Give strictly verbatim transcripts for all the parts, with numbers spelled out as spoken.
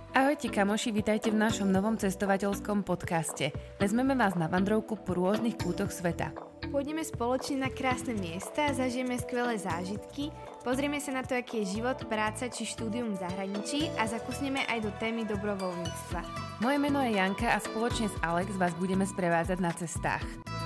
Ahojte kamoši, vitajte v našom novom cestovateľskom podcaste. Vezmeme vás na vandrovku po rôznych kútoch sveta. Pôjdeme spoločne na krásne miesta, zažijeme skvelé zážitky, pozrieme sa na to, aký je život, práca či štúdium v zahraničí a zakusneme aj do témy dobrovoľníctva. Moje meno je Janka a spoločne s Alex vás budeme sprevázať na cestách.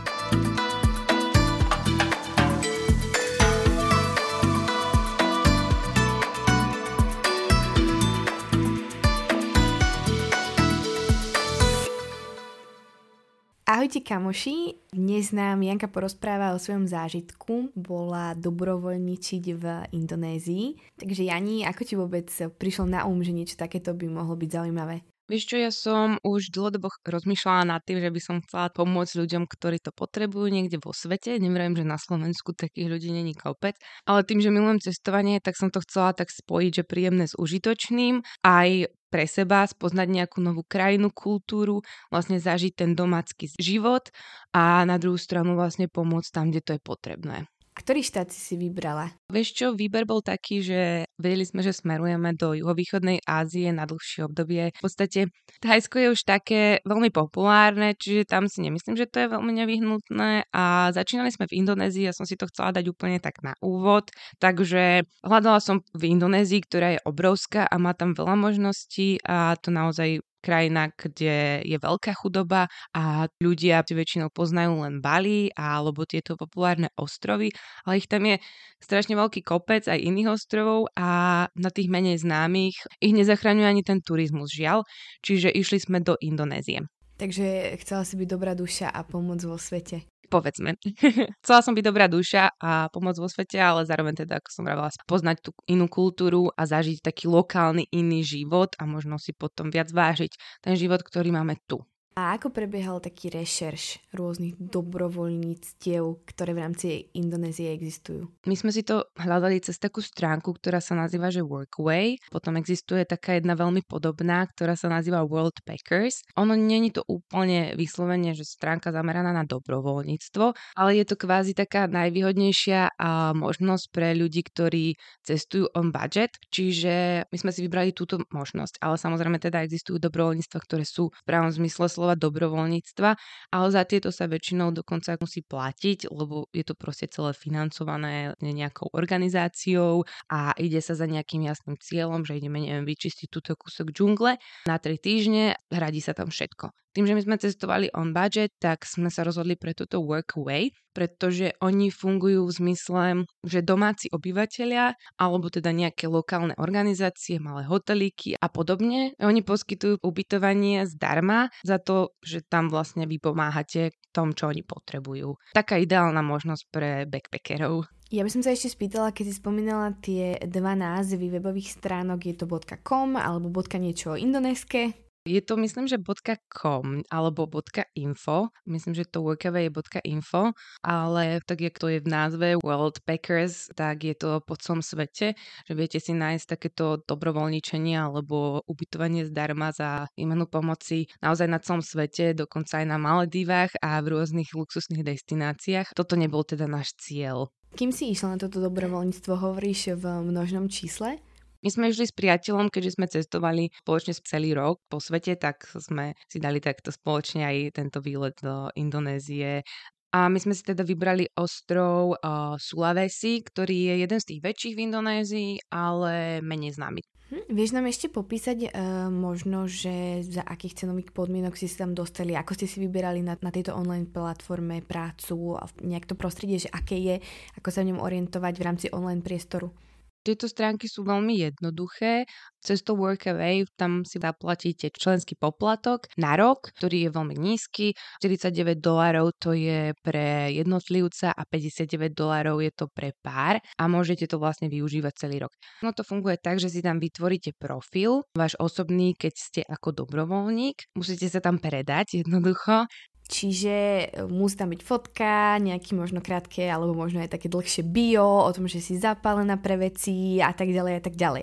Ahojte kamoši, dnes nám Janka porozpráva o svojom zážitku, bola dobrovoľničiť v Indonézii. Takže Jani, ako ti vôbec prišlo na um, že niečo takéto by mohlo byť zaujímavé? Vieš čo, ja som už dlhodobo rozmýšľala nad tým, že by som chcela pomôcť ľuďom, ktorí to potrebujú niekde vo svete. Neviem, že na Slovensku takých ľudí není kopec, ale tým, že milujem cestovanie, tak som to chcela tak spojiť, že príjemné s užitočným, aj pre seba spoznať nejakú novú krajinu, kultúru, vlastne zažiť ten domácky život a na druhú stranu vlastne pomôcť tam, kde to je potrebné. Ktorý štát si si vybrala? Vieš čo, výber bol taký, že vedeli sme, že smerujeme do juhovýchodnej Ázie na dlhšie obdobie. V podstate Thajsko je už také veľmi populárne, čiže tam si nemyslím, že to je veľmi nevyhnutné a začínali sme v Indonézii, ja som si to chcela dať úplne tak na úvod, takže hľadala som v Indonézii, ktorá je obrovská a má tam veľa možností a to naozaj krajina, kde je veľká chudoba a ľudia si väčšinou poznajú len Bali alebo tieto populárne ostrovy, ale ich tam je strašne veľký kopec aj iných ostrovov a na tých menej známych ich nezachraňuje ani ten turizmus, žiaľ, čiže išli sme do Indonézie. Takže chcela si byť dobrá duša a pomôcť vo svete. Povedzme. Chcela som byť dobrá duša a pomôcť vo svete, ale zároveň teda, ako som vravela, poznať tú inú kultúru a zažiť taký lokálny iný život a možno si potom viac vážiť ten život, ktorý máme tu. A ako prebiehal taký rešerš rôznych dobrovoľníctiev, ktoré v rámci Indonézie existujú? My sme si to hľadali cez takú stránku, ktorá sa nazýva že Workaway. Potom existuje taká jedna veľmi podobná, ktorá sa nazýva World Packers. Ono nie je to úplne vyslovene, že stránka zameraná na dobrovoľníctvo, ale je to kvázi taká najvýhodnejšia možnosť pre ľudí, ktorí cestujú on budget. Čiže my sme si vybrali túto možnosť, ale samozrejme teda existujú dobrovoľníctva, ktoré sú v pravom zmysle slova dobrovoľníctva, ale za tieto sa väčšinou dokonca musí platiť, lebo je to proste celé financované nejakou organizáciou a ide sa za nejakým jasným cieľom, že ideme, neviem, vyčistiť túto kúsok džungle na tri týždne, hradí sa tam všetko. Tým, že my sme cestovali on budget, tak sme sa rozhodli pre toto Workaway, pretože oni fungujú v zmysle, že domáci obyvatelia alebo teda nejaké lokálne organizácie, malé hotelíky a podobne, oni poskytujú ubytovanie zdarma za to, že tam vlastne vy pomáhate tom, čo oni potrebujú. Taká ideálna možnosť pre backpackerov. Ja by som sa ešte spýtala, keď si spomínala tie dva názvy webových stránok, je to .com alebo niečo indonéske? Je to, myslím, že .com alebo .info. Myslím, že to Workaway je .info, ale tak, jak to je v názve World Packers, tak je to po celom svete, že viete si nájsť takéto dobrovoľničenie alebo ubytovanie zdarma za výmenu pomoci naozaj na celom svete, dokonca aj na Maledivách a v rôznych luxusných destináciách. Toto nebol teda náš cieľ. Kým si išla na toto dobrovoľníctvo, hovoríš v množnom čísle? My sme išli s priateľom, keďže sme cestovali spoločne celý rok po svete, tak sme si dali takto spoločne aj tento výlet do Indonézie. A my sme si teda vybrali ostrov uh, Sulawesi, ktorý je jeden z tých väčších v Indonézii, ale menej známy. Hm, vieš nám ešte popísať uh, možno, že za akých cenových podmienok si sa tam dostali, ako ste si vyberali na, na tejto online platforme prácu a nejak to prostredie, že aké je, ako sa v ňom orientovať v rámci online priestoru? Tieto stránky sú veľmi jednoduché. Cez to Workaway tam si zaplatíte členský poplatok na rok, ktorý je veľmi nízky. štyridsaťdeväť dolárov to je pre jednotlivca a päťdesiatdeväť dolárov je to pre pár a môžete to vlastne využívať celý rok. No to funguje tak, že si tam vytvoríte profil, váš osobný, keď ste ako dobrovoľník. Musíte sa tam predať jednoducho. Čiže musí tam byť fotka, nejaký možno krátke, alebo možno aj také dlhšie bio o tom, že si zapálená pre veci a tak ďalej a tak ďalej, hej?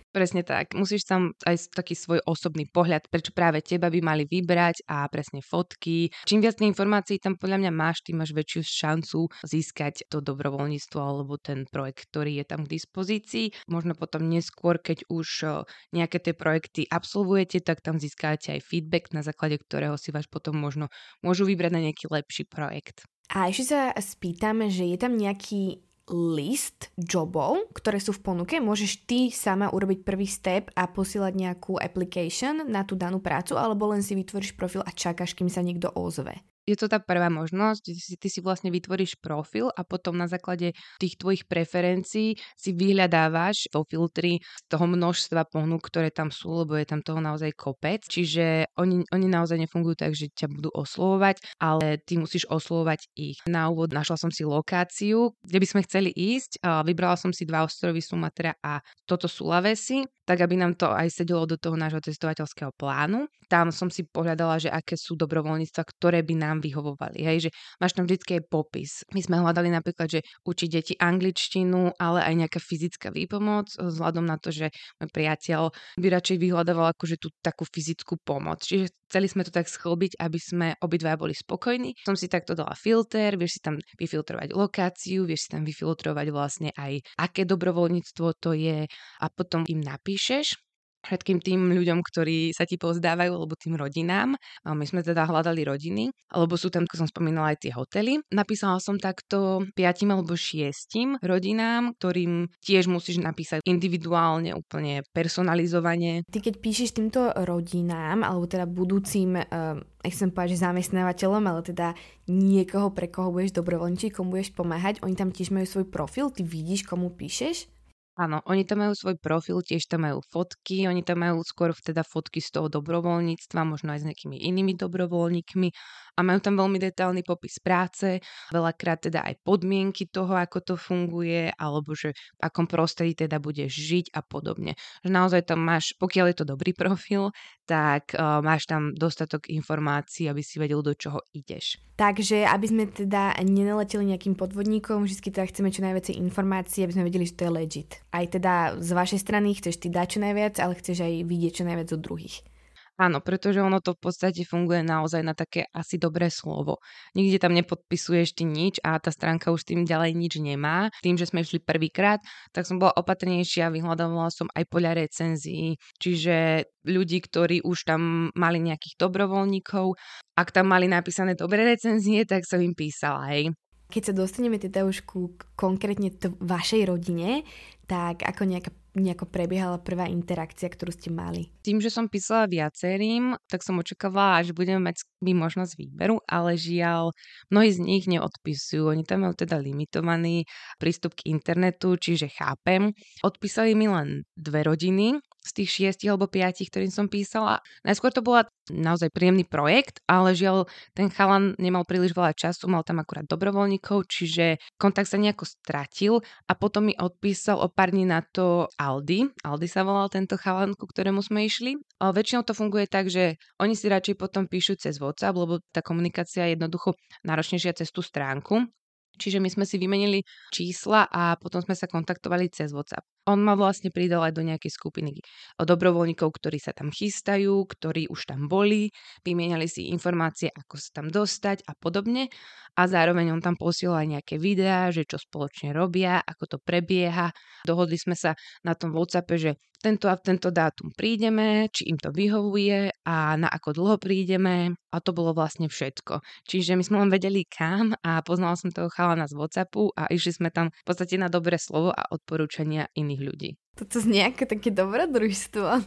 Presne tak. Musíš tam aj taký svoj osobný pohľad, prečo práve teba by mali vybrať a presne fotky. Čím viac informácií tam podľa mňa máš, tým máš väčšiu šancu získať to dobrovoľníctvo alebo ten projekt, ktorý je tam k dispozícii. Možno potom neskôr, keď už nejaké tie projekty absolvujete, tak tam získate aj feedback, na základe ktorého si vás potom možno môžu vybrať na nejaký lepší projekt. A ešte sa spýtame, že je tam nejaký list jobov, ktoré sú v ponuke. Môžeš ty sama urobiť prvý step a posielať nejakú application na tú danú prácu, alebo len si vytvoríš profil a čakáš, kým sa niekto ozve. Je to tá prvá možnosť, ty si, ty si vlastne vytvoríš profil a potom na základe tých tvojich preferencií si vyhľadávaš vo filtri z toho množstva ponúk, ktoré tam sú, lebo je tam toho naozaj kopec. Čiže oni, oni naozaj nefungujú tak, že ťa budú oslovovať, ale ty musíš oslovovať ich. Na úvod našla som si lokáciu, kde by sme chceli ísť. Vybrala som si dva ostrovy, Sumatra a toto Sulawesi, tak aby nám to aj sedelo do toho nášho cestovateľského plánu. Tam som si pohľadala, že aké sú dobrovoľníctva, ktoré by nám vyhovovali. Hej, že máš tam vždycky aj popis. My sme hľadali napríklad, že učiť deti angličtinu, ale aj nejaká fyzická výpomoc, vzhľadom na to, že môj priateľ by radšej vyhľadával akože tú takú fyzickú pomoc. Čiže chceli sme to tak sklbiť, aby sme obidva boli spokojní. Som si takto dala filter, vieš si tam vyfiltrovať lokáciu, vieš si tam vyfiltrovať vlastne aj aké dobrovoľníctvo to je a potom im napíšeš všetkým tým ľuďom, ktorí sa ti pozdávajú, alebo tým rodinám. A my sme teda hľadali rodiny, alebo sú tam, ako som spomínala, aj tie hotely. Napísala som takto piatim alebo šiestim rodinám, ktorým tiež musíš napísať individuálne, úplne personalizovane. Ty keď píšeš týmto rodinám, alebo teda budúcim, uh, nechcem povedať, že zamestnávateľom, ale teda niekoho, pre koho budeš dobrovoľničiť, komu budeš pomáhať, oni tam tiež majú svoj profil, ty vidíš, komu píšeš? Áno, oni tam majú svoj profil, tiež tam majú fotky, oni tam majú skôr teda fotky z toho dobrovoľníctva, možno aj s nejakými inými dobrovoľníkmi a majú tam veľmi detailný popis práce, veľakrát teda aj podmienky toho, ako to funguje, alebo že v akom prostredí teda budeš žiť a podobne. Že naozaj tam máš, pokiaľ je to dobrý profil, tak uh, máš tam dostatok informácií, aby si vedel, do čoho ideš. Takže, aby sme teda nenaleteli nejakým podvodníkom, vždy teda chceme čo najviac informácií, aby sme vedeli, že to je legit. Aj teda z vašej strany chceš ty dať čo najviac, ale chceš aj vidieť čo najviac od druhých. Áno, pretože ono to v podstate funguje naozaj na také asi dobré slovo. Nikde tam nepodpisuješ ty nič a tá stránka už tým ďalej nič nemá. Tým, že sme išli prvýkrát, tak som bola opatrnejšia, vyhľadávala som aj podľa recenzií. Čiže ľudí, ktorí už tam mali nejakých dobrovoľníkov, ak tam mali napísané dobré recenzie, tak som im písala, hej. Keď sa dostaneme teda už ku konkrétne t- vašej rodine, tak ako nejaká, nejako prebiehala prvá interakcia, ktorú ste mali? Tým, že som písala viacerým, tak som očakávala, že budeme mať my možnosť výberu, ale žiaľ, mnohí z nich neodpisujú. Oni tam majú teda limitovaný prístup k internetu, čiže chápem. Odpísali mi len dve rodiny z tých šiestich alebo piatich, ktorým som písala. Najskôr to bola naozaj príjemný projekt, ale žiaľ, ten chalan nemal príliš veľa času, mal tam akurát dobrovoľníkov, čiže kontakt sa nejako stratil a potom mi odpísal o pár dní na to Aldi. Aldi sa volal tento chalan, ku ktorému sme išli. A väčšinou to funguje tak, že oni si radšej potom píšu cez WhatsApp, lebo tá komunikácia je jednoducho náročnejšia cez tú stránku. Čiže my sme si vymenili čísla a potom sme sa kontaktovali cez WhatsApp. On ma vlastne pridal aj do nejakej skupiny dobrovoľníkov, ktorí sa tam chystajú, ktorí už tam boli, vymieniali si informácie, ako sa tam dostať a podobne. A zároveň on tam posielal aj nejaké videá, že čo spoločne robia, ako to prebieha. Dohodli sme sa na tom WhatsAppe, že tento a tento dátum prídeme, či im to vyhovuje a na ako dlho prídeme a to bolo vlastne všetko. Čiže my sme len vedeli kam a poznala som toho chalana z WhatsAppu a išli sme tam v podstate na dobré slovo a odporúčania iných ľudí. Toto znie ako také dobrodružstvo.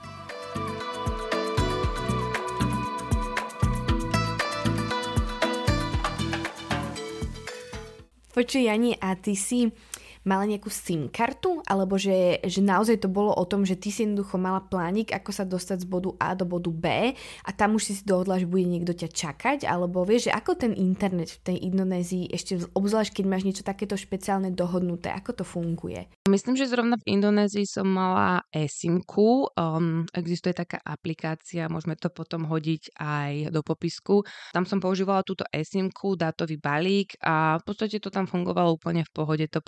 Počuj, Jani, a ty si mala nejakú SIM kartu, alebo že, že naozaj to bolo o tom, že ty si jednoducho mala plánik, ako sa dostať z bodu A do bodu B a tam už si si dohodla, že bude niekto ťa čakať, alebo vieš, že ako ten internet v tej Indonézii, ešte obzvlášť, keď máš niečo takéto špeciálne dohodnuté, ako to funguje? Myslím, že zrovna v Indonézii som mala eSIM-ku, um, existuje taká aplikácia, môžeme to potom hodiť aj do popisku. Tam som používala túto eSIM-ku, dátový balík a v podstate to tam fungovalo úplne v pohode, to pokrytie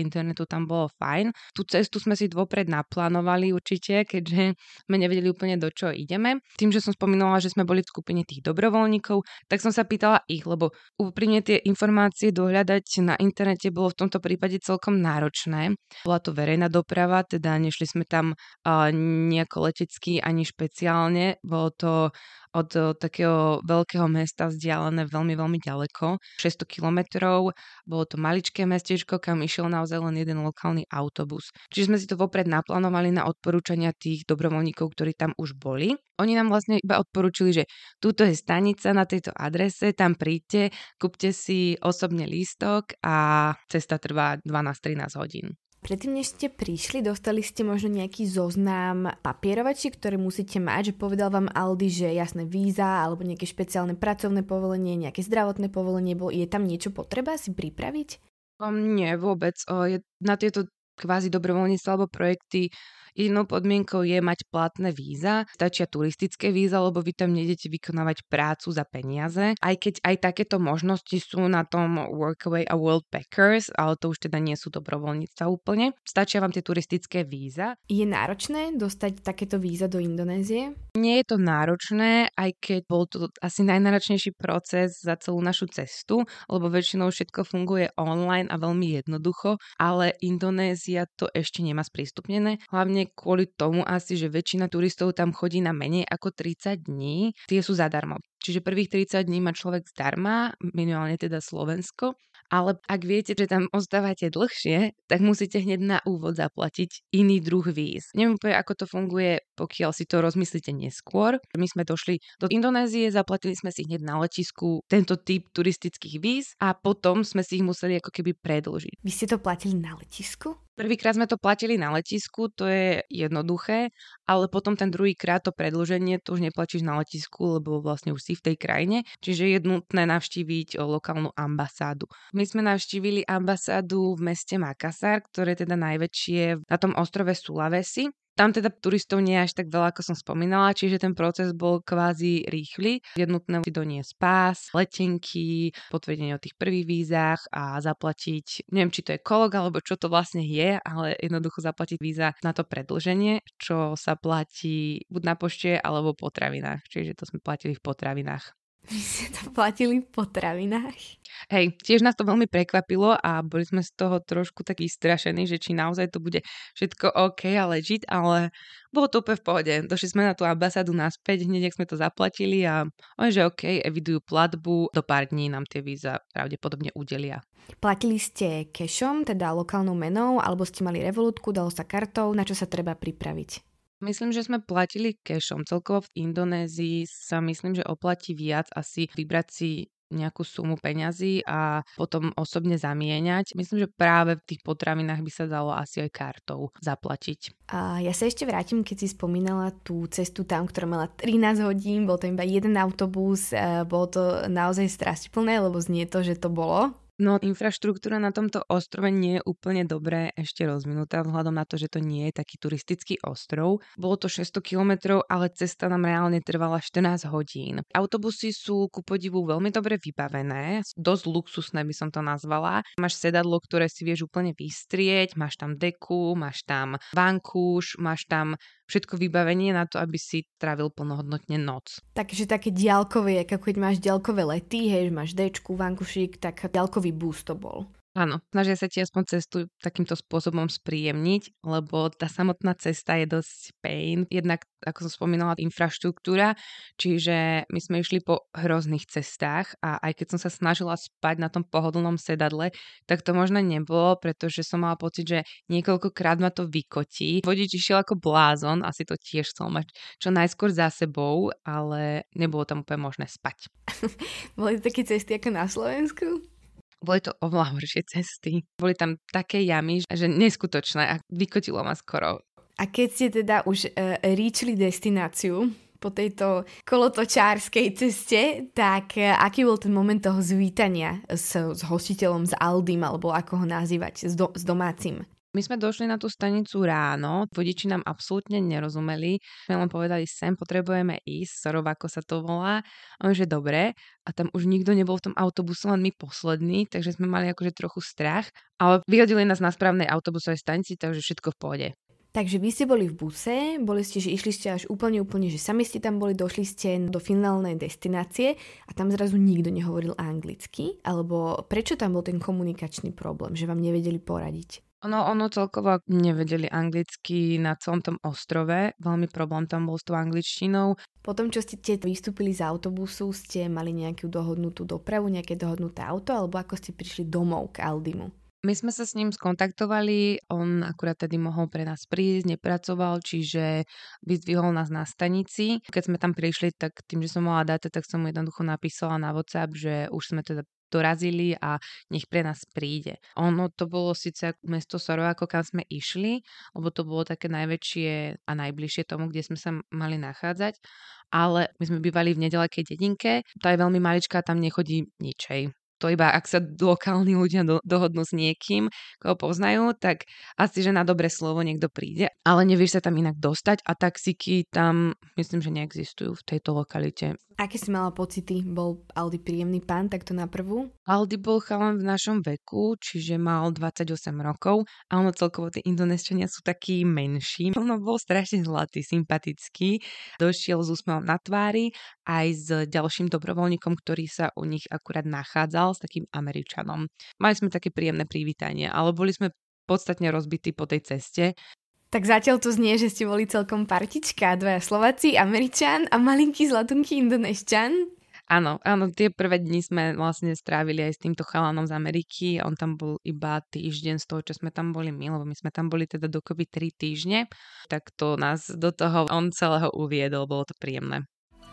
internetu tam bolo fajn. Tú cestu sme si vopred naplánovali určite, keďže sme nevedeli úplne do čoho ideme. Tým, že som spomínala, že sme boli v skupine tých dobrovoľníkov, tak som sa pýtala ich, lebo úprimne tie informácie dohľadať na internete bolo v tomto prípade celkom náročné. Bola to verejná doprava, teda nešli sme tam uh, nejako letecky ani špeciálne. Bolo to od uh, takého veľkého mesta vzdialené veľmi, veľmi ďaleko, šesťsto kilometrov. Bolo to maličké mestečko, kam išiel naozaj len jeden lokálny autobus. Čiže sme si to vopred naplánovali na odporúčania tých dobrovoľníkov, ktorí tam už boli. Oni nám vlastne iba odporúčili, že túto je stanica na tejto adrese, tam príďte, kúpte si osobne lístok a cesta trvá dvanásť trinásť hodín. Predtým, než ste prišli, dostali ste možno nejaký zoznam papierovačí, ktoré musíte mať, že povedal vám Aldi, že jasné víza alebo nejaké špeciálne pracovné povolenie, nejaké zdravotné povolenie, bo je tam niečo potreba si pripraviť? Um, nie, vôbec. O, je, na tieto kvázi dobrovoľníctva alebo projekty jedinou podmienkou je mať platné víza. Stačia turistické víza, lebo vy tam nejdete vykonávať prácu za peniaze. Aj keď aj takéto možnosti sú na tom Workaway a Worldpackers, ale to už teda nie sú dobrovoľníctva úplne. Stačia vám tie turistické víza. Je náročné dostať takéto víza do Indonézie? Nie je to náročné, aj keď bol to asi najnáročnejší proces za celú našu cestu, lebo väčšinou všetko funguje online a veľmi jednoducho, ale Indonézia to ešte nemá sprístupnené. Hlavne kvôli tomu asi, že väčšina turistov tam chodí na menej ako tridsať dní. Tie sú zadarmo. Čiže prvých tridsať dní má človek zdarma, minimálne teda Slovensko. Ale ak viete, že tam ostávate dlhšie, tak musíte hneď na úvod zaplatiť iný druh víz. Neviem úplne, ako to funguje, pokiaľ si to rozmyslíte neskôr. My sme došli do Indonézie, zaplatili sme si hneď na letisku tento typ turistických víz a potom sme si ich museli ako keby predĺžiť. Vy ste to platili na letisku? Prvýkrát sme to platili na letisku, to je jednoduché, ale potom ten druhýkrát to predĺženie, to už neplatíš na letisku, lebo vlastne už si v tej krajine, čiže je nutné navštíviť lokálnu ambasádu. My sme navštívili ambasádu v meste Makassar, ktoré je teda najväčšie na tom ostrove Sulawesi. Tam teda turistov nie je až tak veľa, ako som spomínala, čiže ten proces bol kvázi rýchly. Je nutné si doniesť pás, letenky, potvrdenie o tých prvých vízach a zaplatiť, neviem, či to je kolok, alebo čo to vlastne je, ale jednoducho zaplatiť víza na to predĺženie, čo sa platí buď na pošte, alebo v potravinách. Čiže to sme platili v potravinách. Vy ste to platili v potravinách? Hej, tiež nás to veľmi prekvapilo a boli sme z toho trošku takí strašení, že či naozaj to bude všetko OK a legit, ale bolo to úplne v pohode. Došli sme na tú ambasádu naspäť, hneď ak sme to zaplatili a oni, že OK, evidujú platbu, do pár dní nám tie víza pravdepodobne udelia. Platili ste cashom, teda lokálnou menou, alebo ste mali revolútku, dalo sa kartou, na čo sa treba pripraviť? Myslím, že sme platili cashom. Celkovo v Indonézii sa myslím, že oplatí viac asi vybrať si nejakú sumu peňazí a potom osobne zamieňať. Myslím, že práve v tých potravinách by sa dalo asi aj kartou zaplatiť. A ja sa ešte vrátim, keď si spomínala tú cestu tam, ktorá mala trinásť hodín, bol to iba jeden autobus, bolo to naozaj strastiplné, lebo znie to, že to bolo. No, infraštruktúra na tomto ostrove nie je úplne dobre ešte rozvinutá, vzhľadom na to, že to nie je taký turistický ostrov. Bolo to šesťsto kilometrov, ale cesta nám reálne trvala štrnásť hodín. Autobusy sú ku podivu veľmi dobre vybavené, dosť luxusné by som to nazvala. Máš sedadlo, ktoré si vieš úplne vystrieť, máš tam deku, máš tam vankúš, máš tam všetko vybavenie na to, aby si trávil plnohodnotne noc. Takže také diaľkové, ako keď máš diaľkové lety, hej, máš dečku, vankušík, tak diaľkový bus to bol. Áno, snažia sa ti aspoň cestu takýmto spôsobom spríjemniť, lebo tá samotná cesta je dosť pain. Jednak, ako som spomínala, infraštruktúra, čiže my sme išli po hrozných cestách a aj keď som sa snažila spať na tom pohodlnom sedadle, tak to možno nebolo, pretože som mala pocit, že niekoľkokrát ma to vykotí. Vodič išiel ako blázon, asi to tiež chcel mať čo najskôr za sebou, ale nebolo tam úplne možné spať. Boli to také cesty ako na Slovensku? Boli to oveľa horšie cesty. Boli tam také jamy, že neskutočné a vykotilo ma skoro. A keď ste teda už uh, reachli destináciu po tejto kolotočárskej ceste, tak uh, aký bol ten moment toho zvítania s, s hostiteľom, s Aldim, alebo ako ho nazývať, s, do, s domácim? My sme došli na tú stanicu ráno, vodiči nám absolútne nerozumeli, my len povedali, sem potrebujeme ísť, Sorovako sa to volá, a on že dobre, a tam už nikto nebol v tom autobuse, len my poslední, takže sme mali akože trochu strach, ale vyhodili nás na správnej autobusovej stanici, takže všetko v pohode. Takže vy ste boli v buse, boli ste, že išli ste až úplne, úplne, že sami ste tam boli, došli ste do finálnej destinácie a tam zrazu nikto nehovoril anglicky, alebo prečo tam bol ten komunikačný problém, že vám nevedeli poradiť? Ono, ono celkovo nevedeli anglicky na celom tom ostrove, veľmi problém tam bol s tou angličtinou. Potom, čo ste vystúpili z autobusu, ste mali nejakú dohodnutú dopravu, nejaké dohodnuté auto, alebo ako ste prišli domov k Aldimu? My sme sa s ním skontaktovali, on akurát tedy mohol pre nás prísť, nepracoval, čiže vyzdvihol nás na stanici. Keď sme tam prišli, tak tým, že som mala dáta, tak som mu jednoducho napísala na WhatsApp, že už sme teda dorazili a nech pre nás príde. Ono to bolo síce mesto Sorovako, kam sme išli, lebo to bolo také najväčšie a najbližšie tomu, kde sme sa mali nachádzať, ale my sme bývali v nedalekej dedinke, tá je veľmi maličká, tam nechodí ničej. To iba ak sa lokálni ľudia do, dohodnú s niekým, koho poznajú, tak asi, že na dobré slovo niekto príde, ale nevieš sa tam inak dostať a taxíky tam myslím, že neexistujú v tejto lokalite. Aké si mala pocity? Bol Aldi príjemný pán takto na prvú? Aldi bol chalan v našom veku, čiže mal dvadsaťosem rokov a ono celkovo tie Indonéščania sú takí menší. Ono bol strašne zlatý, sympatický. Došiel s úsmevom na tvári aj s ďalším dobrovoľníkom, ktorý sa u nich akurát nachádzal, s takým Američanom. Mali sme také príjemné privítanie, ale boli sme podstatne rozbití po tej ceste. Tak zatiaľ to znie, že ste boli celkom partička, dvaja Slováci, Američan a malinký zlatunký Indonéšťan. Áno, áno, tie prvé dni sme vlastne strávili aj s týmto chalanom z Ameriky. On tam bol iba týždeň z toho, čo sme tam boli my, lebo my sme tam boli teda dokopy tri týždne. Tak to nás do toho on celého uviedol, bolo to príjemné.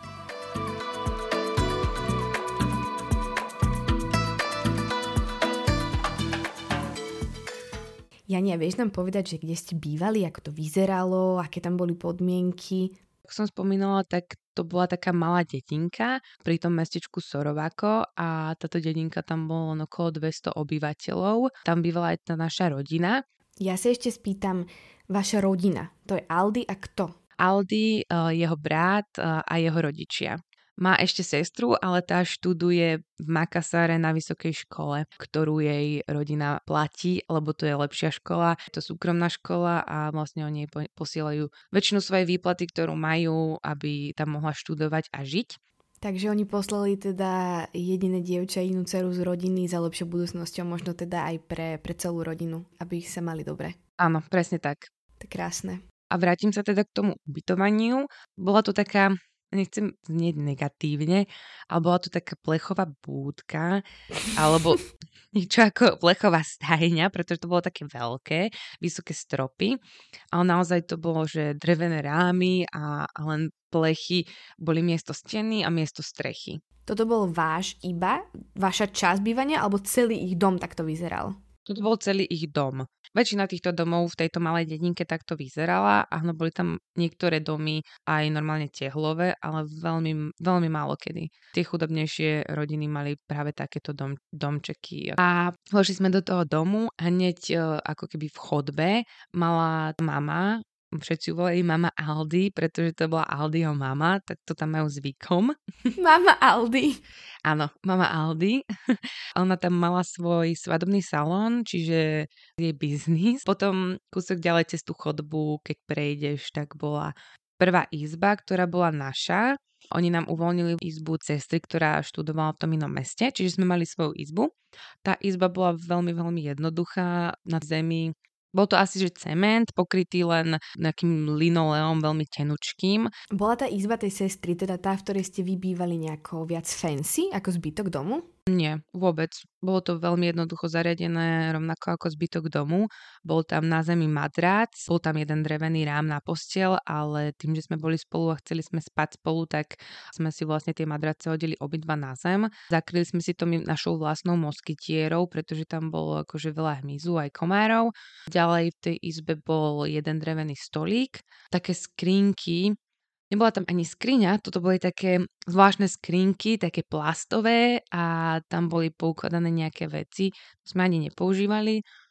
Jania, vieš nám povedať, že kde ste bývali, ako to vyzeralo, aké tam boli podmienky? Ako som spomínala, tak to bola taká malá dedinka pri tom mestečku Sorovako a táto dedinka tam bolo okolo dvesto obyvateľov. Tam bývala aj tá naša rodina. Ja sa ešte spýtam, vaša rodina, to je Aldi a kto? Aldi, jeho brat a jeho rodičia. Má ešte sestru, ale tá študuje v Makassare na vysokej škole, ktorú jej rodina platí, lebo to je lepšia škola. Je to súkromná škola a vlastne oni jej posielajú väčšinu svojej výplaty, ktorú majú, aby tam mohla študovať a žiť. Takže oni poslali teda jediné dievča, inú dceru z rodiny za lepšou budúcnosťou, možno teda aj pre, pre celú rodinu, aby sa mali dobre. Áno, presne tak. To je krásne. A vrátim sa teda k tomu ubytovaniu. Bola to taká, nechcem znieť negatívne, ale bola to taká plechová búdka, alebo niečo ako plechová stajňa, pretože to bolo také veľké, vysoké stropy. Ale naozaj to bolo, že drevené rámy a, a len plechy boli miesto steny a miesto strechy. Toto bol váš iba, vaša časť bývania, alebo celý ich dom takto vyzeral? Toto bol celý ich dom. Väčšina týchto domov v tejto malej dedinke takto vyzerala a no, boli tam niektoré domy aj normálne tehlové, ale veľmi, veľmi málo kedy. Tie chudobnejšie rodiny mali práve takéto dom, domčeky. A vošli sme do toho domu a hneď ako keby v chodbe mala mama, všetci ju volali mama Aldi, pretože to bola Aldiho mama, tak to tam majú zvykom. Mama Aldi. Áno, mama Aldi. Ona tam mala svoj svadobný salón, čiže jej biznis. Potom kúsok ďalej cez tú chodbu, keď prejdeš, tak bola prvá izba, ktorá bola naša. Oni nám uvoľnili izbu sestry, ktorá študovala v tom inom meste, čiže sme mali svoju izbu. Tá izba bola veľmi, veľmi jednoduchá na zemi. Bol to asi, že cement, pokrytý len nejakým linoleom veľmi tenučkým. Bola tá izba tej sestry, teda tá, v ktorej ste vy bývali nejako viac fancy, ako zbytok domu? Nie, vôbec. Bolo to veľmi jednoducho zariadené, rovnako ako zbytok domu. Bol tam na zemi madrac, bol tam jeden drevený rám na posteľ, ale tým, že sme boli spolu a chceli sme spať spolu, tak sme si vlastne tie madrace hodili obidva na zem. Zakryli sme si to našou vlastnou moskytierou, pretože tam bolo akože veľa hmyzu aj komárov. Ďalej v tej izbe bol jeden drevený stolík, také skrinky. Nebola tam ani skriňa, toto boli také zvláštne skrinky, také plastové a tam boli poukladané nejaké veci, to sme ani nepoužívali.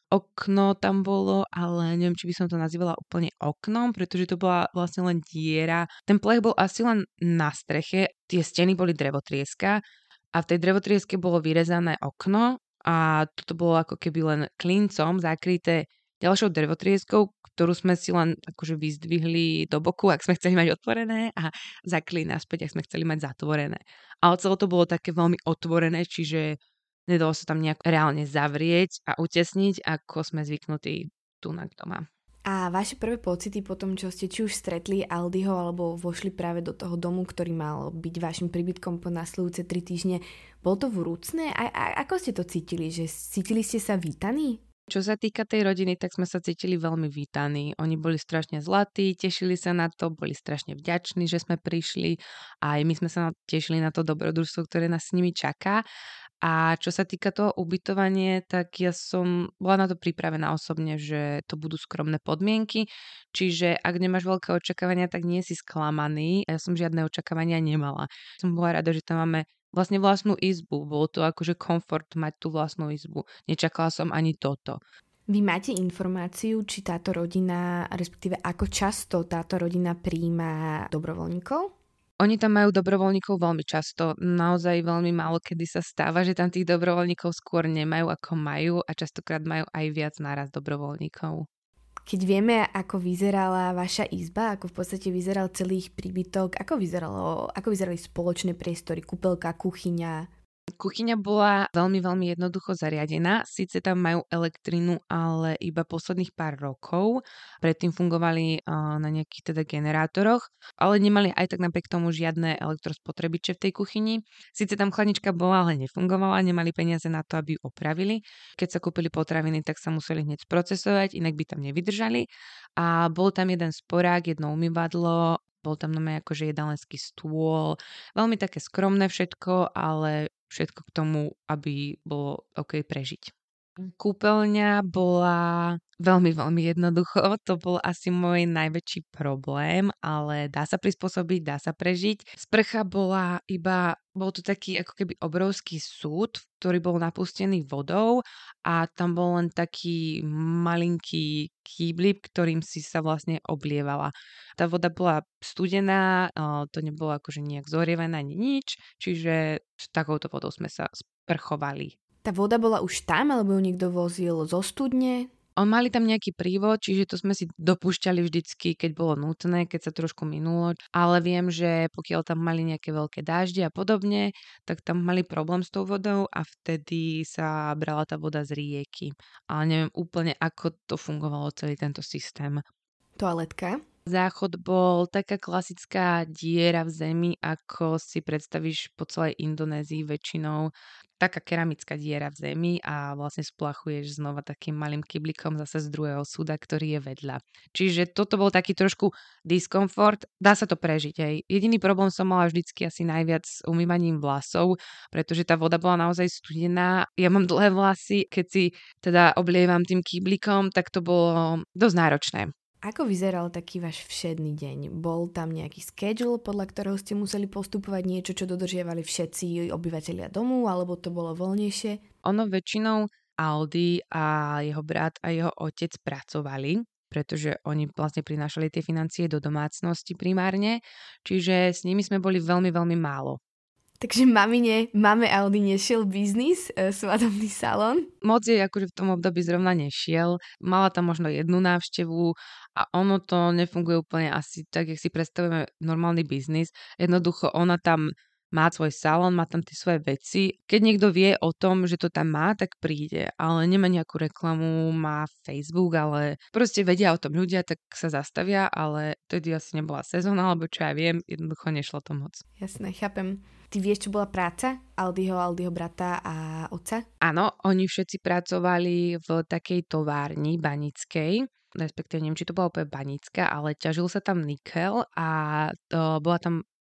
okno tam bolo, ale neviem, či by som to nazývala úplne oknom, pretože to bola vlastne len diera. Ten plech bol asi len na streche, tie steny boli drevotrieska a v tej drevotrieske bolo vyrezané okno a toto bolo ako keby len klincom zakryté ďalšou drevotrieskou, ktorú sme si len akože vyzdvihli do boku, ak sme chceli mať otvorené a zakryli naspäť, ak sme chceli mať zatvorené. Ale celé to bolo také veľmi otvorené, čiže nedalo sa tam nejak reálne zavrieť a utesniť, ako sme zvyknutí tu na doma. A vaše prvé pocity po tom, čo ste či už stretli Aldiho, alebo vošli práve do toho domu, ktorý mal byť vašim príbytkom po nasledujúce tri týždne, bolo to vrúcne? A, a ako ste to cítili? Že cítili ste sa vítaní? Čo sa týka tej rodiny, tak sme sa cítili veľmi vítaní. Oni boli strašne zlatí, tešili sa na to, boli strašne vďační, že sme prišli a aj my sme sa tešili na to dobrodružstvo, ktoré nás s nimi čaká. A čo sa týka toho ubytovania, tak ja som bola na to pripravená osobne, že to budú skromné podmienky, čiže ak nemáš veľké očakávania, tak nie si sklamaný. Ja som žiadne očakávania nemala. Som bola rada, že tam máme vlastne vlastnú izbu. Bolo to akože komfort mať tú vlastnú izbu. Nečakala som ani toto. Vy máte informáciu, či táto rodina, respektíve ako často táto rodina prijíma dobrovoľníkov? Oni tam majú dobrovoľníkov veľmi často. Naozaj veľmi málo kedy sa stáva, že tam tých dobrovoľníkov skôr nemajú, ako majú a častokrát majú aj viac naraz dobrovoľníkov. Keď vieme, ako vyzerala vaša izba, ako v podstate vyzeral celý ich príbytok, ako, vyzeralo, ako vyzerali spoločné priestory, kúpeľka, kuchyňa? Kuchyňa bola veľmi, veľmi jednoducho zariadená. Síce tam majú elektrinu, ale iba posledných pár rokov. Predtým fungovali uh, na nejakých teda generátoroch, ale nemali aj tak napriek tomu žiadne elektrospotrebiče v tej kuchyni. Síce tam chladnička bola, ale nefungovala, nemali peniaze na to, aby ju opravili. Keď sa kúpili potraviny, tak sa museli hneď sprocesovať, inak by tam nevydržali. A bol tam jeden sporák, jedno umývadlo, bol tam normálne akože jedalenský stôl. Veľmi také skromné všetko, ale všetko k tomu, aby bolo OK prežiť. Kúpeľňa bola veľmi, veľmi jednoducho. To bol asi môj najväčší problém, ale dá sa prispôsobiť, dá sa prežiť. Sprcha bola iba, bol to taký ako keby obrovský súd, ktorý bol napustený vodou a tam bol len taký malinký kýblip, ktorým si sa vlastne oblievala. Tá voda bola studená, to nebolo akože nejak zorievané ani nič, čiže s takouto vodou sme sa sprchovali. Tá voda bola už tam, alebo ju niekto vozil zo studne? On mali tam nejaký prívod, čiže to sme si dopúšťali vždycky, keď bolo nutné, keď sa trošku minulo. Ale viem, že pokiaľ tam mali nejaké veľké dážde a podobne, tak tam mali problém s tou vodou a vtedy sa brala tá voda z rieky. Ale neviem úplne, ako to fungovalo celý tento systém. Toaletka? Záchod bol taká klasická diera v zemi, ako si predstavíš po celej Indonézii väčšinou. Taká keramická diera v zemi a vlastne splachuješ znova takým malým kyblikom zase z druhého súda, ktorý je vedľa. Čiže toto bol taký trošku diskomfort. Dá sa to prežiť. Hej. Jediný problém som mala vždycky asi najviac s umývaním vlasov, pretože tá voda bola naozaj studená. Ja mám dlhé vlasy, keď si teda oblievam tým kyblikom, tak to bolo dosť náročné. Ako vyzeral taký váš všedný deň? Bol tam nejaký schedule, podľa ktorého ste museli postupovať, niečo, čo dodržiavali všetci obyvatelia domu, alebo to bolo voľnejšie? Ono väčšinou Aldi a jeho brat a jeho otec pracovali, pretože oni vlastne prinášali tie financie do domácnosti primárne, čiže s nimi sme boli veľmi, veľmi málo. Takže mamine, mame Aldi nešiel biznis, e, svadobný salón? Moc jej akože v tom období zrovna nešiel. Mala tam možno jednu návštevu a ono to nefunguje úplne asi tak, jak si predstavujeme normálny biznis. Jednoducho ona tam má svoj salón, má tam tie svoje veci. Keď niekto vie o tom, že to tam má, tak príde, ale nemá nejakú reklamu, má Facebook, ale proste vedia o tom ľudia, tak sa zastavia, ale vtedy asi nebola sezóna, alebo čo ja viem, jednoducho nešlo to moc. Jasné, chápem. Ty vieš, čo bola práca Aldiho, Aldiho brata a otca? Áno, oni všetci pracovali v takej továrni banickej, respektíve neviem, či to bola úplne banická, ale ťažil sa tam nikel a to bola tam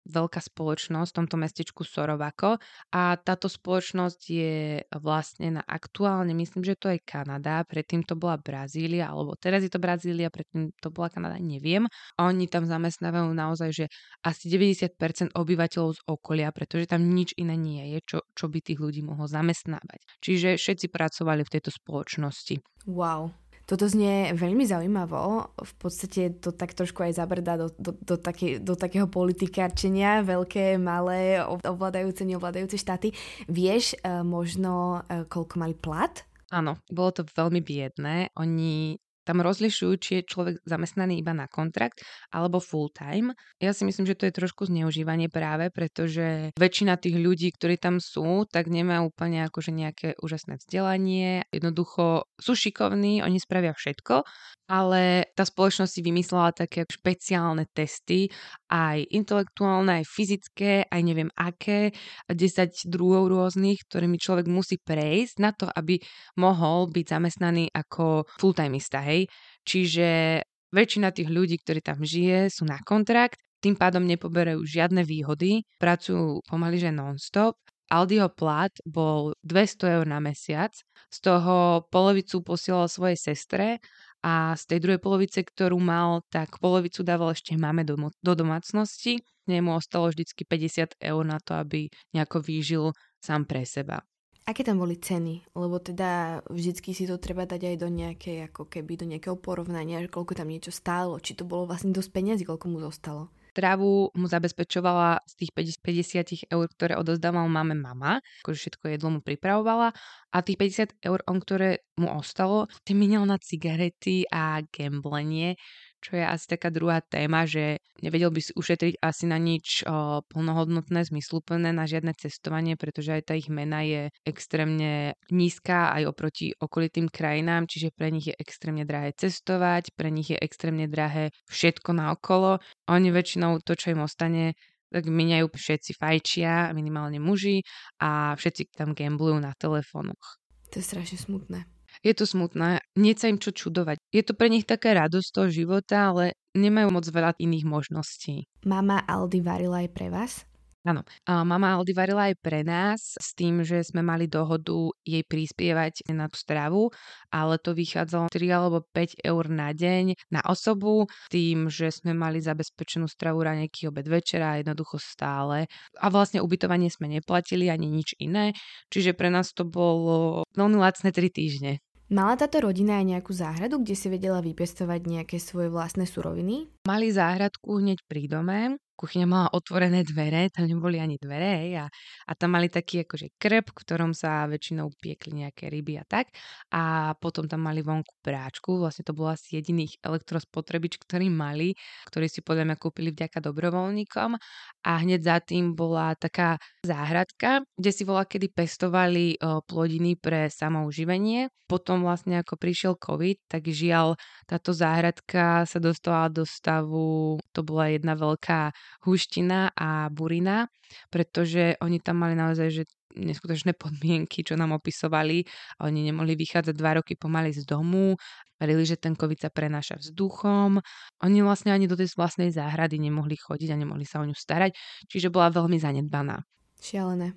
veľká spoločnosť v tomto mestečku Sorowako a táto spoločnosť je vlastne na aktuálne, myslím, že to je Kanada, predtým to bola Brazília, alebo teraz je to Brazília, predtým to bola Kanada, neviem. Oni tam zamestnávajú naozaj, že asi deväťdesiat percent obyvateľov z okolia, pretože tam nič iné nie je, čo, čo by tých ľudí mohlo zamestnávať. Čiže všetci pracovali v tejto spoločnosti. Wow. Toto znie veľmi zaujímavo. V podstate to tak trošku aj zabrdá do, do, do, také, do takého politikárčenia, veľké, malé, ovládajúce, neovládajúce štáty. Vieš uh, možno, uh, koľko mali plat? Áno, bolo to veľmi biedné. Oni tam rozlišujú, či je človek zamestnaný iba na kontrakt alebo full time. Ja si myslím, že to je trošku zneužívanie práve, pretože väčšina tých ľudí, ktorí tam sú, tak nemajú úplne akože nejaké úžasné vzdelanie. Jednoducho sú šikovní, oni spravia všetko, ale tá spoločnosť si vymyslela také špeciálne testy, aj intelektuálne, aj fyzické, aj neviem aké, desať druhov rôznych, ktorými človek musí prejsť na to, aby mohol byť zamestnaný ako full-timeista, hej. Čiže väčšina tých ľudí, ktorí tam žije, sú na kontrakt, tým pádom nepoberajú žiadne výhody, pracujú pomaly že non-stop. Aldiho plat bol dvesto eur na mesiac, z toho polovicu posielal svojej sestre a z tej druhej polovice, ktorú mal, tak polovicu dával ešte máme do, do domácnosti. Nemu ostalo vždycky päťdesiat eur na to, aby nejako výžil sám pre seba. Aké tam boli ceny? Lebo teda vždycky si to treba dať aj do nejakej, ako keby do nejakého porovnania, že koľko tam niečo stálo, či to bolo vlastne dosť peniazy, koľko mu zostalo. Trávu mu zabezpečovala z tých päťdesiat eur, ktoré odozdával máme mama, akože všetko jedlo mu pripravovala a tých päťdesiat eur, on, ktoré mu ostalo, tým minul na cigarety a gamblenie, čo je asi taká druhá téma, že nevedel by si ušetriť asi na nič o, plnohodnotné, zmysluplné, na žiadne cestovanie, pretože aj tá ich mena je extrémne nízka aj oproti okolitým krajinám, čiže pre nich je extrémne drahé cestovať, pre nich je extrémne drahé všetko naokolo. Oni väčšinou to, čo im ostane, tak miniajú všetci fajčia, minimálne muži a všetci tam gamblujú na telefónoch. To je strašne smutné. Je to smutné, nie sa im čo čudovať. Je to pre nich taká radosť toho života, ale nemajú moc veľa iných možností. Mama Aldi varila aj pre vás? Áno, a mama Aldi varila aj pre nás s tým, že sme mali dohodu jej prispievať na tú stravu, ale to vychádzalo tri alebo päť eur na deň na osobu, tým, že sme mali zabezpečenú stravu raňajky, obed, večera, jednoducho stále. A vlastne ubytovanie sme neplatili ani nič iné, čiže pre nás to bolo veľmi lacné tri týždne. Mala táto rodina aj nejakú záhradu, kde si vedela vypestovať nejaké svoje vlastné suroviny? Mali záhradku hneď pri dome, kuchyňa mala otvorené dvere, tam neboli ani dvere, hej, a, a tam mali taký akože krb, v ktorom sa väčšinou piekli nejaké ryby a tak. A potom tam mali vonku práčku, vlastne to bol asi jediný elektrospotrebič, ktorý mali, ktorý si podľa mňa kúpili vďaka dobrovoľníkom. A hneď za tým bola taká záhradka, kde si bola kedy pestovali o, plodiny pre samouživenie. Potom vlastne ako prišiel COVID, tak žiaľ táto záhradka sa dostala do stavu, to bola jedna veľká húština a burina, pretože oni tam mali naozaj že neskutočné podmienky, čo nám opisovali. Oni nemohli vychádzať dva roky pomaly z domu, verili, že ten COVID sa prenáša vzduchom. Oni vlastne ani do tej vlastnej záhrady nemohli chodiť a nemohli sa o ňu starať, čiže bola veľmi zanedbaná. Šialené.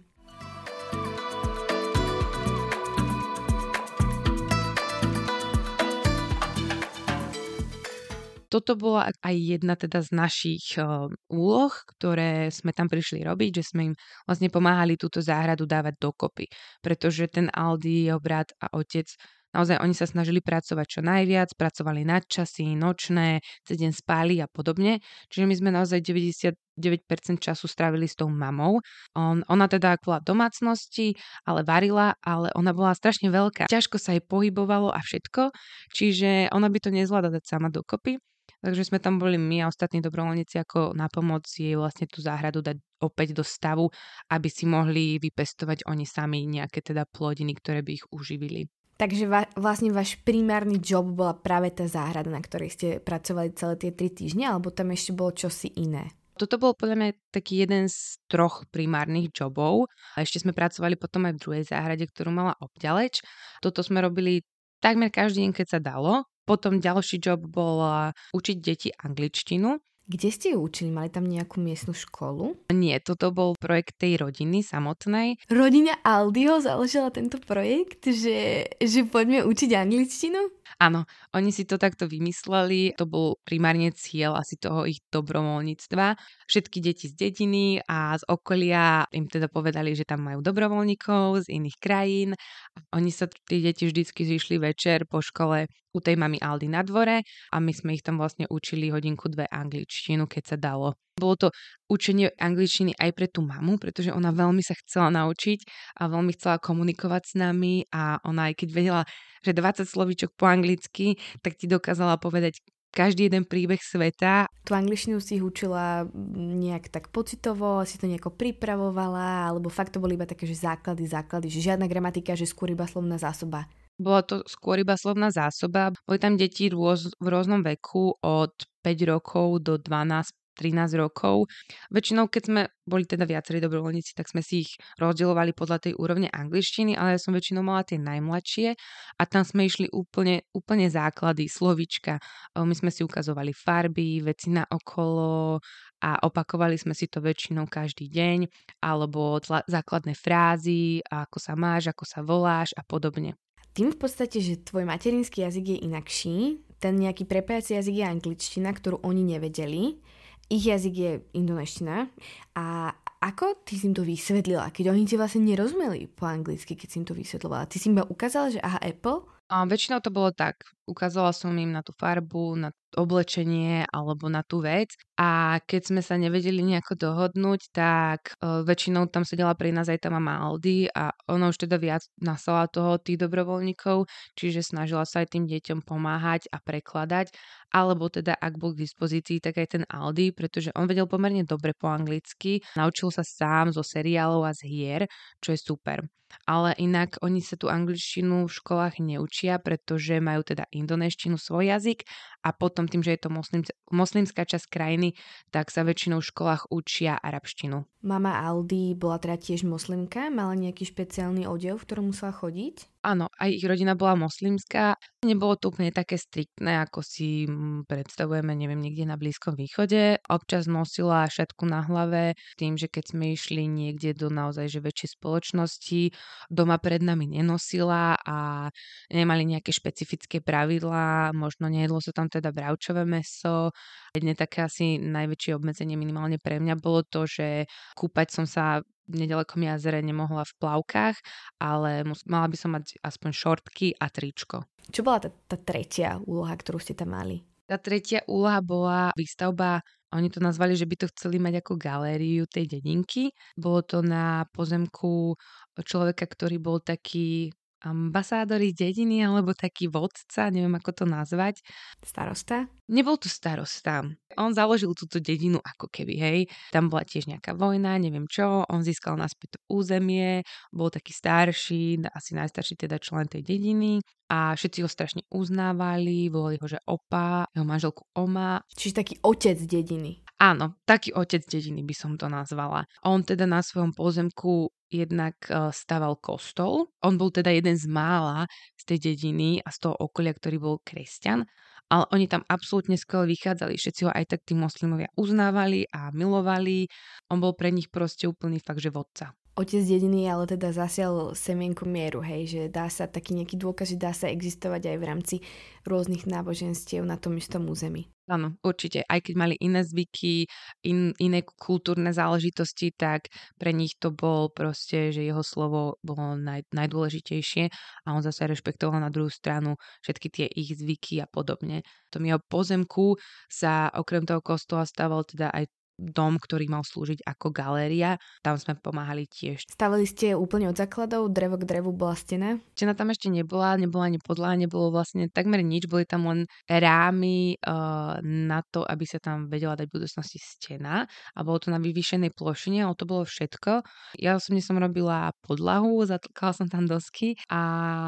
Toto bola aj jedna teda z našich uh, úloh, ktoré sme tam prišli robiť, že sme im vlastne pomáhali túto záhradu dávať dokopy. Pretože ten Aldi, jeho brat a otec, naozaj oni sa snažili pracovať čo najviac, pracovali nadčasy, nočné, cez deň spáli a podobne. Čiže my sme naozaj deväťdesiatdeväť percent času strávili s tou mamou. On, ona teda bola v domácnosti, ale varila, ale ona bola strašne veľká. Ťažko sa jej pohybovalo a všetko, čiže ona by to nezvládla dať sama dokopy. Takže sme tam boli my a ostatní dobrovoľníci ako na pomoc jej vlastne tú záhradu dať opäť do stavu, aby si mohli vypestovať oni sami nejaké teda plodiny, ktoré by ich uživili. Takže va- vlastne váš primárny job bola práve tá záhrada, na ktorej ste pracovali celé tie tri týždne, alebo tam ešte bolo čosi iné? Toto bol podľa mňa taký jeden z troch primárnych jobov. A ešte sme pracovali potom aj v druhej záhrade, ktorú mala obďaleč. Toto sme robili takmer každý deň, keď sa dalo. Potom ďalší job bol učiť deti angličtinu. Kde ste ju učili? Mali tam nejakú miestnu školu? Nie, toto bol projekt tej rodiny samotnej. Rodina Aldiho založila tento projekt, že, že poďme učiť angličtinu? Áno, oni si to takto vymysleli, to bol primárne cieľ asi toho ich dobrovoľníctva. Všetky deti z dediny a z okolia im teda povedali, že tam majú dobrovoľníkov z iných krajín. Oni sa, tí deti vždycky zišli večer po škole u tej mamy Aldy na dvore a my sme ich tam vlastne učili hodinku dve angličtinu, keď sa dalo. Bolo to učenie angličtiny aj pre tú mamu, pretože ona veľmi sa chcela naučiť a veľmi chcela komunikovať s nami a ona aj keď vedela, že dvadsať slovíčok po anglicky, tak ti dokázala povedať každý jeden príbeh sveta. Tu angličtinu si ich učila nejak tak pocitovo, si to nejako pripravovala, alebo fakt to boli iba také, že základy, základy, že žiadna gramatika, že skôr iba slovná zásoba. Bola to skôr iba slovná zásoba. Boli tam deti rôz, v rôznom veku od päť rokov do dvanásť trinásť rokov. Väčšinou, keď sme boli teda viacerí dobrovoľníci, tak sme si ich rozdielovali podľa tej úrovne angličtiny, ale ja som väčšinou mala tie najmladšie a tam sme išli úplne, úplne základy, slovíčka. My sme si ukazovali farby, veci na okolo a opakovali sme si to väčšinou každý deň, alebo tla, základné frázy, ako sa máš, ako sa voláš a podobne. Tým v podstate, že tvoj materinský jazyk je inakší, ten nejaký prepájací jazyk je angličtina, ktorú oni nevedeli, ich jazyk je indoneština. A ako ty si im to vysvetlila, keď oni ti vlastne nerozumeli po anglicky, keď si im to vysvetľovala? Ty si im iba ukázala, že aha, Apple? A väčšinou to bolo tak. Ukázala som im na tú farbu, na oblečenie alebo na tú vec a keď sme sa nevedeli nejako dohodnúť, tak uh, väčšinou tam sedela pri nás aj tá mama Aldy a ona už teda viac nasala toho tých dobrovoľníkov, čiže snažila sa aj tým deťom pomáhať a prekladať, alebo teda ak bol k dispozícii, tak aj ten Aldy, pretože on vedel pomerne dobre po anglicky, naučil sa sám zo seriálov a z hier, čo je super. Ale inak oni sa tú angličtinu v školách neučia, pretože majú teda indonéštinu svoj jazyk a potom tým, že je to moslim, moslimská časť krajiny, tak sa väčšinou v školách učia arabštinu. Mama Aldy bola teda tiež moslimka? Mala nejaký špeciálny odev, v ktorom musela chodiť? Áno, aj ich rodina bola moslimská. Nebolo to úplne také striktné, ako si predstavujeme, neviem, niekde na Blízkom východe. Občas nosila šatku na hlave, tým, že keď sme išli niekde do naozaj že väčšej spoločnosti, doma pred nami nenosila a nemali nejaké špecifické pravidlá, možno nejedlo sa tam teda bravčové mäso. Jedne také asi najväčšie obmedzenie minimálne pre mňa bolo to, že kúpať som sa v nedalekom jazere nemohla v plavkách, ale mus- mala by som mať aspoň šortky a tričko. Čo bola tá, tá tretia úloha, ktorú ste tam mali? Tá tretia úloha bola výstavba, oni to nazvali, že by to chceli mať ako galériu tej dedinky. Bolo to na pozemku človeka, ktorý bol taký ambasádori dediny alebo taký vodca, neviem ako to nazvať. Starosta? Nebol to starosta. On založil túto dedinu ako keby, hej. Tam bola tiež nejaká vojna, neviem čo. On získal naspäť územie, bol taký starší, asi najstarší teda člen tej dediny a všetci ho strašne uznávali, volali ho, že opa, jeho manželku Oma. Čiže taký otec dediny. Áno, taký otec dediny by som to nazvala. On teda na svojom pozemku jednak staval kostol. On bol teda jeden z mála z tej dediny a z toho okolia, ktorý bol kresťan. Ale oni tam absolútne skvele vychádzali. Všetci ho aj tak tí moslimovia uznávali a milovali. On bol pre nich proste úplný fakt, že vodca. Otec dediny ale teda zasial semienko mieru, hej, že dá sa taký nejaký dôkaz, že dá sa existovať aj v rámci rôznych náboženstiev na tom istom území. Áno, určite. Aj keď mali iné zvyky, in, iné kultúrne záležitosti, tak pre nich to bol proste, že jeho slovo bolo naj, najdôležitejšie a on zase rešpektoval na druhú stranu všetky tie ich zvyky a podobne. V tom jeho pozemku sa okrem toho kostola stával teda aj dom, ktorý mal slúžiť ako galéria. Tam sme pomáhali tiež. Stavali ste úplne od základov, drevo k drevu bola stena? Stena tam ešte nebola, nebola ani podlaha, nebolo vlastne takmer nič, boli tam len rámy uh, na to, aby sa tam vedela dať v budúcnosti stena a bolo to na vyvýšenej plošine, ale to bolo všetko. Ja osobne som robila podlahu, zatlkala som tam dosky a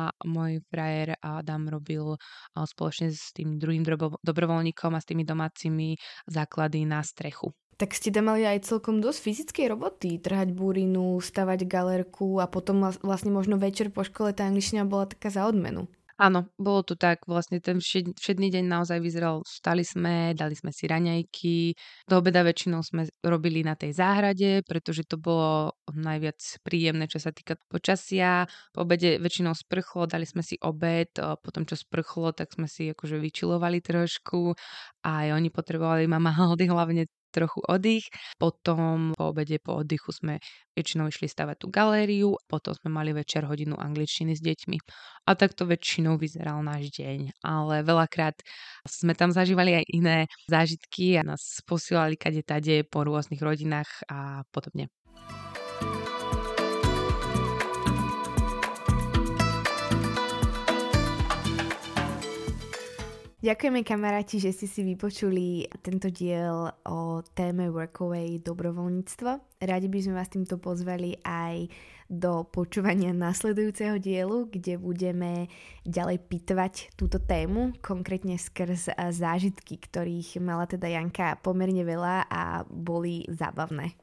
môj frajer Adam robil uh, spoločne s tým druhým drobo- dobrovoľníkom a s tými domácimi základy na strechu. Tak ste tam mali aj celkom dosť fyzickej roboty. Trhať burinu, stavať galerku a potom vlastne možno večer po škole tá angličtina bola taká za odmenu. Áno, bolo to tak, vlastne ten všed, všedný deň naozaj vyzeral, stali sme, dali sme si raňajky, do obeda väčšinou sme robili na tej záhrade, pretože to bolo najviac príjemné, čo sa týka počasia. Po obede väčšinou sprchlo, dali sme si obed, potom čo sprchlo, tak sme si akože vyčilovali trošku a aj oni potrebovali, mama oddych, hlavne trochu oddych. Potom po obede, po oddychu sme väčšinou išli stavať tú galériu, potom sme mali večer hodinu angličtiny s deťmi. A takto väčšinou vyzeral náš deň. Ale veľakrát sme tam zažívali aj iné zážitky a nás posielali kade tade po rôznych rodinách a podobne. Ďakujeme kamaráti, že ste si vypočuli tento diel o téme Workaway dobrovoľníctvo. Radi by sme vás týmto pozvali aj do počúvania nasledujúceho dielu, kde budeme ďalej pitvať túto tému, konkrétne skrz zážitky, ktorých mala teda Janka pomerne veľa a boli zábavné.